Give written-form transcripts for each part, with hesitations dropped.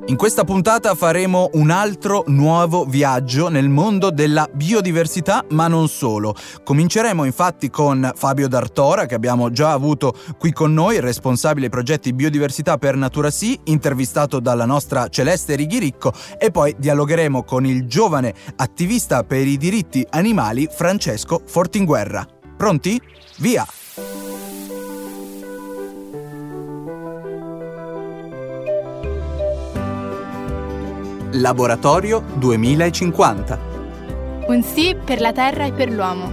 In questa puntata faremo un altro nuovo viaggio nel mondo della biodiversità, ma non solo. Cominceremo infatti con Fabio D'Artora, che abbiamo già avuto qui con noi, il responsabile progetti biodiversità per Natura Sì, intervistato dalla nostra Celeste Righiricco, e poi dialogheremo con il giovane attivista per i diritti animali Francesco Fortinguerra. Pronti? Via! Laboratorio 2050. Un sì per la Terra e per l'uomo.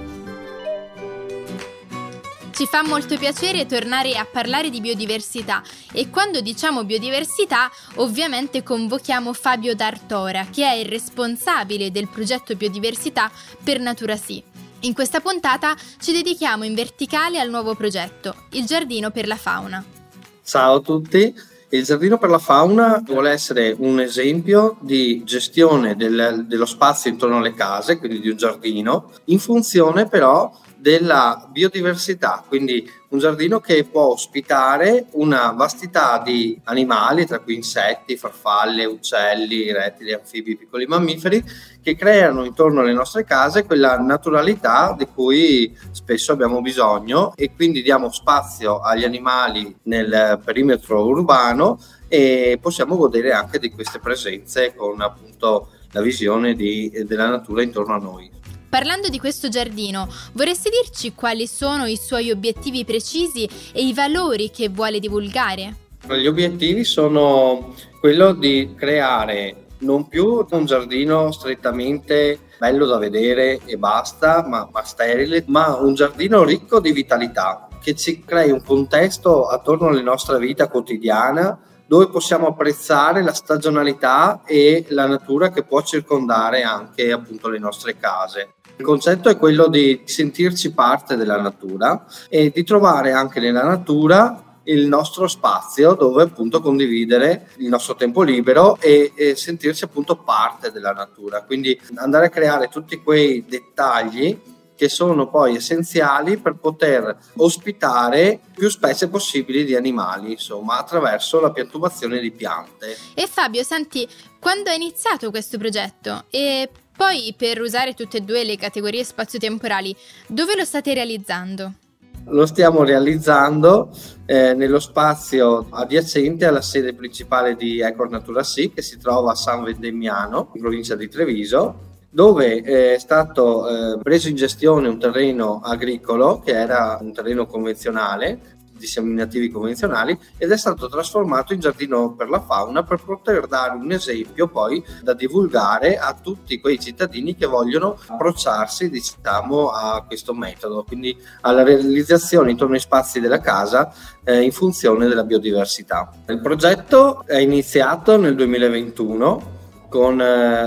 Ci fa molto piacere tornare a parlare di biodiversità e quando diciamo biodiversità ovviamente convochiamo Fabio D'Artora, che è il responsabile del progetto biodiversità per Natura Sì. In questa puntata ci dedichiamo in verticale al nuovo progetto, il Giardino per la Fauna. Ciao a tutti. Il Giardino per la Fauna vuole essere un esempio di gestione dello spazio intorno alle case, quindi di un giardino, in funzione però della biodiversità, quindi un giardino che può ospitare una vastità di animali, tra cui insetti, farfalle, uccelli, rettili, anfibi, piccoli mammiferi, che creano intorno alle nostre case quella naturalità di cui spesso abbiamo bisogno, e quindi diamo spazio agli animali nel perimetro urbano e possiamo godere anche di queste presenze con appunto la visione della natura intorno a noi. Parlando di questo giardino, vorresti dirci quali sono i suoi obiettivi precisi e i valori che vuole divulgare? Gli obiettivi sono quello di creare non più un giardino strettamente bello da vedere e basta, ma sterile, ma un giardino ricco di vitalità, che ci crei un contesto attorno alla nostra vita quotidiana dove possiamo apprezzare la stagionalità e la natura che può circondare anche appunto le nostre case. Il concetto è quello di sentirci parte della natura e di trovare anche nella natura il nostro spazio dove appunto condividere il nostro tempo libero e sentirci appunto parte della natura. Quindi andare a creare tutti quei dettagli che sono poi essenziali per poter ospitare più specie possibili di animali, insomma, attraverso la piantumazione di piante. E Fabio, senti, quando è iniziato questo progetto? E poi, per usare tutte e due le categorie spazio-temporali, dove lo state realizzando? Lo stiamo realizzando nello spazio adiacente alla sede principale di Ecor Natura Sì, che si trova a San Vendemmiano, in provincia di Treviso, dove è stato preso in gestione un terreno agricolo che era un terreno convenzionale, di seminativi convenzionali, ed è stato trasformato in giardino per la fauna per poter dare un esempio poi da divulgare a tutti quei cittadini che vogliono approcciarsi, diciamo, a questo metodo, quindi alla realizzazione intorno ai spazi della casa in funzione della biodiversità. Il progetto è iniziato nel 2021 con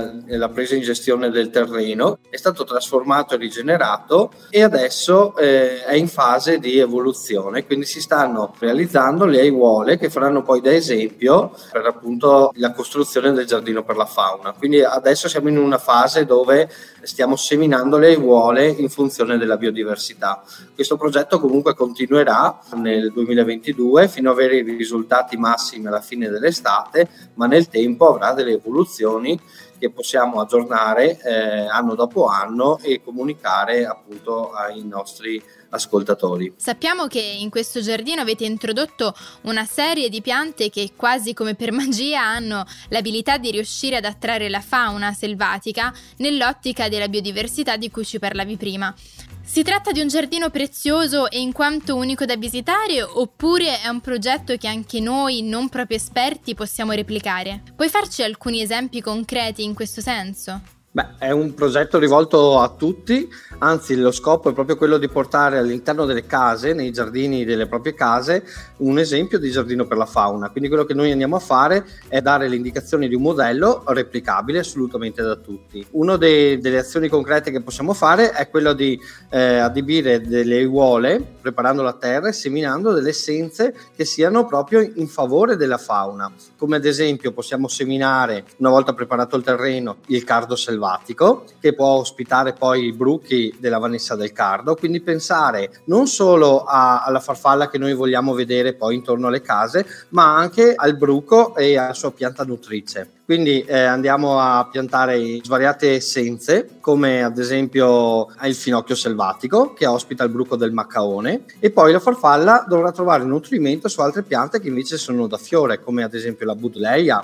la presa in gestione del terreno, è stato trasformato e rigenerato e adesso è in fase di evoluzione, quindi si stanno realizzando le aiuole che faranno poi da esempio per appunto la costruzione del giardino per la fauna. Quindi adesso siamo in una fase dove stiamo seminando le aiuole in funzione della biodiversità. Questo progetto comunque continuerà nel 2022 fino ad avere i risultati massimi alla fine dell'estate, ma nel tempo avrà delle evoluzioni che possiamo aggiornare anno dopo anno e comunicare appunto ai nostri ascoltatori. Sappiamo che in questo giardino avete introdotto una serie di piante che quasi come per magia hanno l'abilità di riuscire ad attrarre la fauna selvatica nell'ottica della biodiversità di cui ci parlavi prima. Si tratta di un giardino prezioso e in quanto unico da visitare, oppure è un progetto che anche noi, non proprio esperti, possiamo replicare? Puoi farci alcuni esempi concreti in questo senso? È un progetto rivolto a tutti, anzi lo scopo è proprio quello di portare all'interno delle case, nei giardini delle proprie case, un esempio di giardino per la fauna. Quindi quello che noi andiamo a fare è dare le indicazioni di un modello replicabile assolutamente da tutti. Una delle azioni concrete che possiamo fare è quello di adibire delle aiuole, preparando la terra e seminando delle essenze che siano proprio in favore della fauna, come ad esempio possiamo seminare, una volta preparato il terreno, il cardo selvaggio, selvatico che può ospitare poi i bruchi della Vanessa del Cardo, quindi pensare non solo alla farfalla che noi vogliamo vedere poi intorno alle case, ma anche al bruco e alla sua pianta nutrice. Quindi andiamo a piantare svariate essenze, come ad esempio il finocchio selvatico che ospita il bruco del maccaone, e poi la farfalla dovrà trovare nutrimento su altre piante che invece sono da fiore, come ad esempio la budleia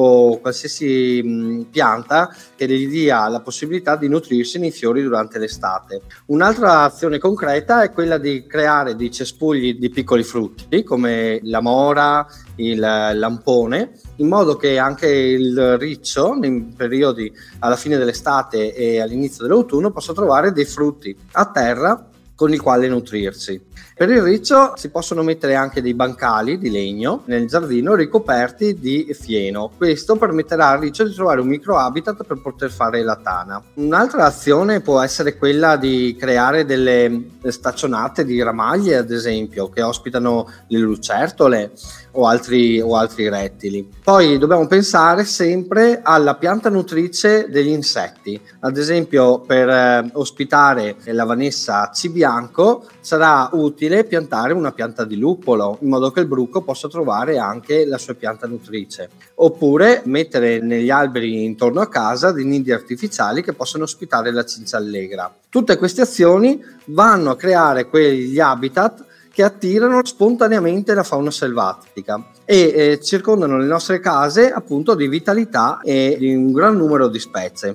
o qualsiasi pianta che gli dia la possibilità di nutrirsi nei fiori durante l'estate. Un'altra azione concreta è quella di creare dei cespugli di piccoli frutti come la mora, il lampone, in modo che anche il riccio nei periodi alla fine dell'estate e all'inizio dell'autunno possa trovare dei frutti a terra con il quale nutrirsi. Per il riccio si possono mettere anche dei bancali di legno nel giardino ricoperti di fieno. Questo permetterà al riccio di trovare un microhabitat per poter fare la tana. Un'altra azione può essere quella di creare delle staccionate di ramaglie, ad esempio, che ospitano le lucertole o altri rettili. Poi dobbiamo pensare sempre alla pianta nutrice degli insetti. Ad esempio, per ospitare la Vanessa C. bianco sarà utile piantare una pianta di luppolo, in modo che il bruco possa trovare anche la sua pianta nutrice, oppure mettere negli alberi intorno a casa dei nidi artificiali che possono ospitare la cinciallegra. Tutte queste azioni vanno a creare quegli habitat che attirano spontaneamente la fauna selvatica e circondano le nostre case appunto di vitalità e di un gran numero di specie.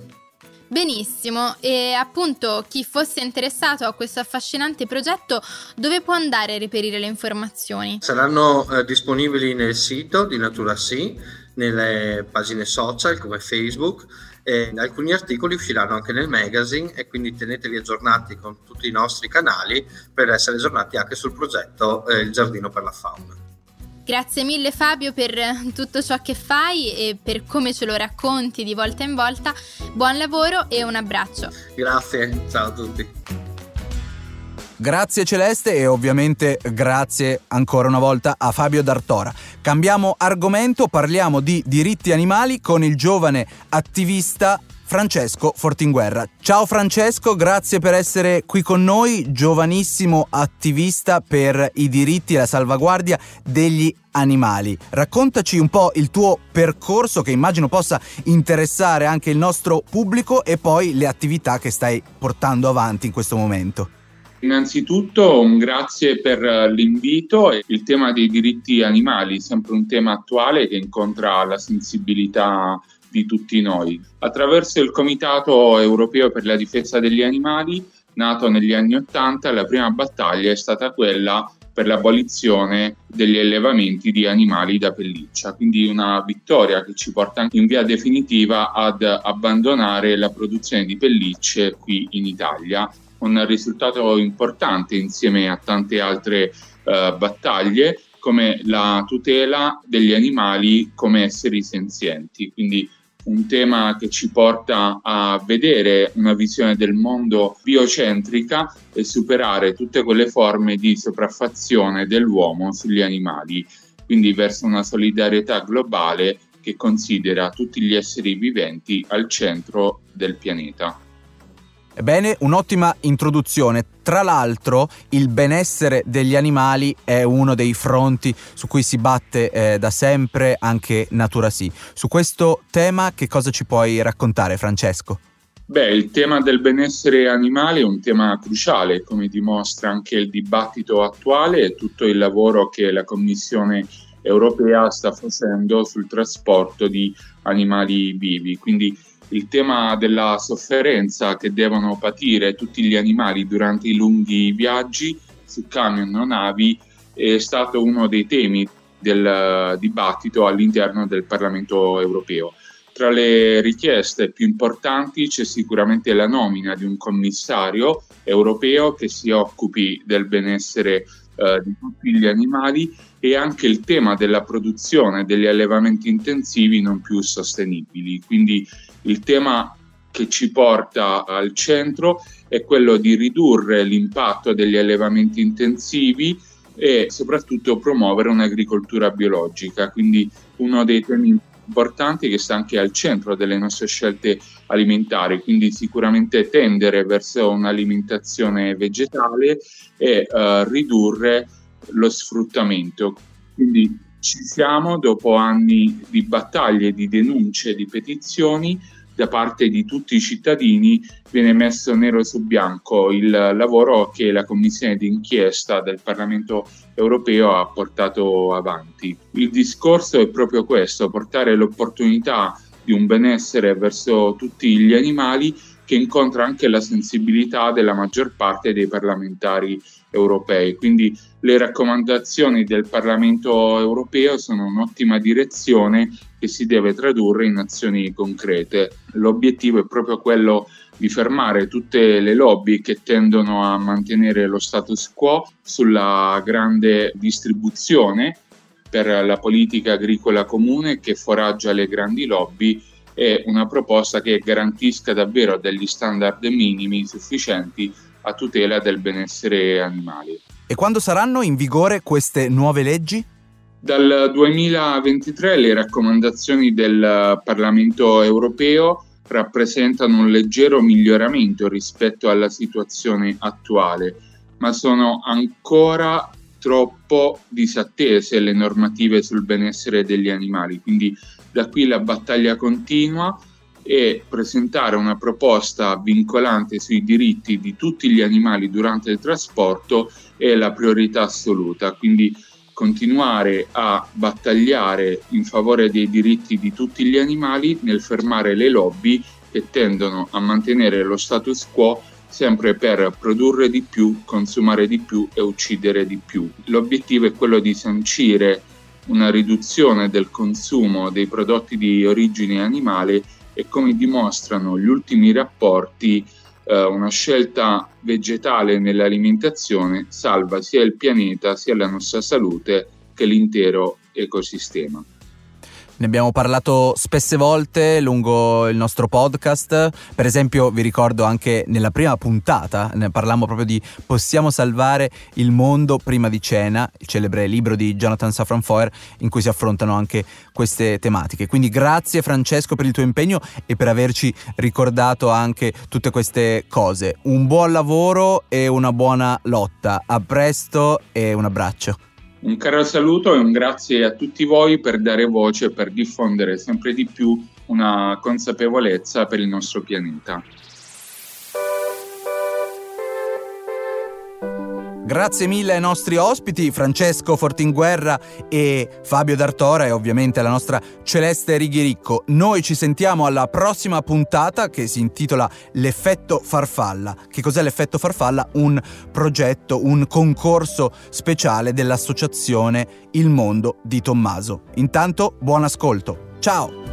Benissimo, e appunto chi fosse interessato a questo affascinante progetto dove può andare a reperire le informazioni? Saranno disponibili nel sito di Natura Sì, nelle pagine social come Facebook, e alcuni articoli usciranno anche nel magazine, e quindi tenetevi aggiornati con tutti i nostri canali per essere aggiornati anche sul progetto Il Giardino per la Fauna. Grazie mille Fabio per tutto ciò che fai e per come ce lo racconti di volta in volta. Buon lavoro e un abbraccio. Grazie, ciao a tutti. Grazie Celeste e ovviamente grazie ancora una volta a Fabio D'Artora. Cambiamo argomento, parliamo di diritti animali con il giovane attivista Francesco Fortinguerra. Ciao Francesco, grazie per essere qui con noi, giovanissimo attivista per i diritti e la salvaguardia degli animali. Raccontaci un po' il tuo percorso, che immagino possa interessare anche il nostro pubblico, e poi le attività che stai portando avanti in questo momento. Innanzitutto un grazie per l'invito. Il tema dei diritti animali, sempre un tema attuale che incontra la sensibilità di tutti noi. Attraverso il Comitato Europeo per la Difesa degli Animali, nato negli anni '80, la prima battaglia è stata quella per l'abolizione degli allevamenti di animali da pelliccia, quindi una vittoria che ci porta in via definitiva ad abbandonare la produzione di pellicce qui in Italia. Un risultato importante insieme a tante altre battaglie, come la tutela degli animali come esseri senzienti, quindi un tema che ci porta a vedere una visione del mondo biocentrica e superare tutte quelle forme di sopraffazione dell'uomo sugli animali, quindi verso una solidarietà globale che considera tutti gli esseri viventi al centro del pianeta. Ebbene, un'ottima introduzione. Tra l'altro, il benessere degli animali è uno dei fronti su cui si batte da sempre anche Natura Sì. Su questo tema che cosa ci puoi raccontare, Francesco? Il tema del benessere animale è un tema cruciale, come dimostra anche il dibattito attuale e tutto il lavoro che la Commissione europea sta facendo sul trasporto di animali vivi. Quindi il tema della sofferenza che devono patire tutti gli animali durante i lunghi viaggi su camion o navi è stato uno dei temi del dibattito all'interno del Parlamento europeo. Tra le richieste più importanti c'è sicuramente la nomina di un commissario europeo che si occupi del benessere di tutti gli animali, e anche il tema della produzione degli allevamenti intensivi non più sostenibili. Quindi il tema che ci porta al centro è quello di ridurre l'impatto degli allevamenti intensivi e soprattutto promuovere un'agricoltura biologica. Quindi uno dei temi importante che sta anche al centro delle nostre scelte alimentari, quindi sicuramente tendere verso un'alimentazione vegetale e ridurre lo sfruttamento. Quindi ci siamo dopo anni di battaglie, di denunce, di petizioni da parte di tutti i cittadini. Viene messo nero su bianco il lavoro che la commissione d'inchiesta del Parlamento europeo ha portato avanti. Il discorso è proprio questo: portare l'opportunità di un benessere verso tutti gli animali, che incontra anche la sensibilità della maggior parte dei parlamentari europei. Quindi le raccomandazioni del Parlamento europeo sono un'ottima direzione che si deve tradurre in azioni concrete. L'obiettivo è proprio quello di fermare tutte le lobby che tendono a mantenere lo status quo sulla grande distribuzione per la politica agricola comune che foraggia le grandi lobby, e una proposta che garantisca davvero degli standard minimi sufficienti a tutela del benessere animale. E quando saranno in vigore queste nuove leggi? Dal 2023 le raccomandazioni del Parlamento europeo rappresentano un leggero miglioramento rispetto alla situazione attuale, ma sono ancora troppo disattese le normative sul benessere degli animali. Quindi da qui la battaglia continua, e presentare una proposta vincolante sui diritti di tutti gli animali durante il trasporto è la priorità assoluta. Quindi continuare a battagliare in favore dei diritti di tutti gli animali nel fermare le lobby che tendono a mantenere lo status quo sempre per produrre di più, consumare di più e uccidere di più. L'obiettivo è quello di sancire una riduzione del consumo dei prodotti di origine animale e, come dimostrano gli ultimi rapporti, una scelta vegetale nell'alimentazione salva sia il pianeta, sia la nostra salute, che l'intero ecosistema. Ne abbiamo parlato spesse volte lungo il nostro podcast. Per esempio, vi ricordo anche nella prima puntata ne parlammo proprio di Possiamo salvare il mondo prima di cena, il celebre libro di Jonathan Safran Foer, in cui si affrontano anche queste tematiche. Quindi grazie Francesco per il tuo impegno e per averci ricordato anche tutte queste cose. Un buon lavoro e una buona lotta. A presto e un abbraccio. Un caro saluto e un grazie a tutti voi per dare voce, per diffondere sempre di più una consapevolezza per il nostro pianeta. Grazie mille ai nostri ospiti, Francesco Fortinguerra e Fabio D'Artora, e ovviamente alla nostra Celeste Righiricco. Noi ci sentiamo alla prossima puntata, che si intitola L'effetto farfalla. Che cos'è l'effetto farfalla? Un progetto, un concorso speciale dell'associazione Il Mondo di Tommaso. Intanto buon ascolto. Ciao!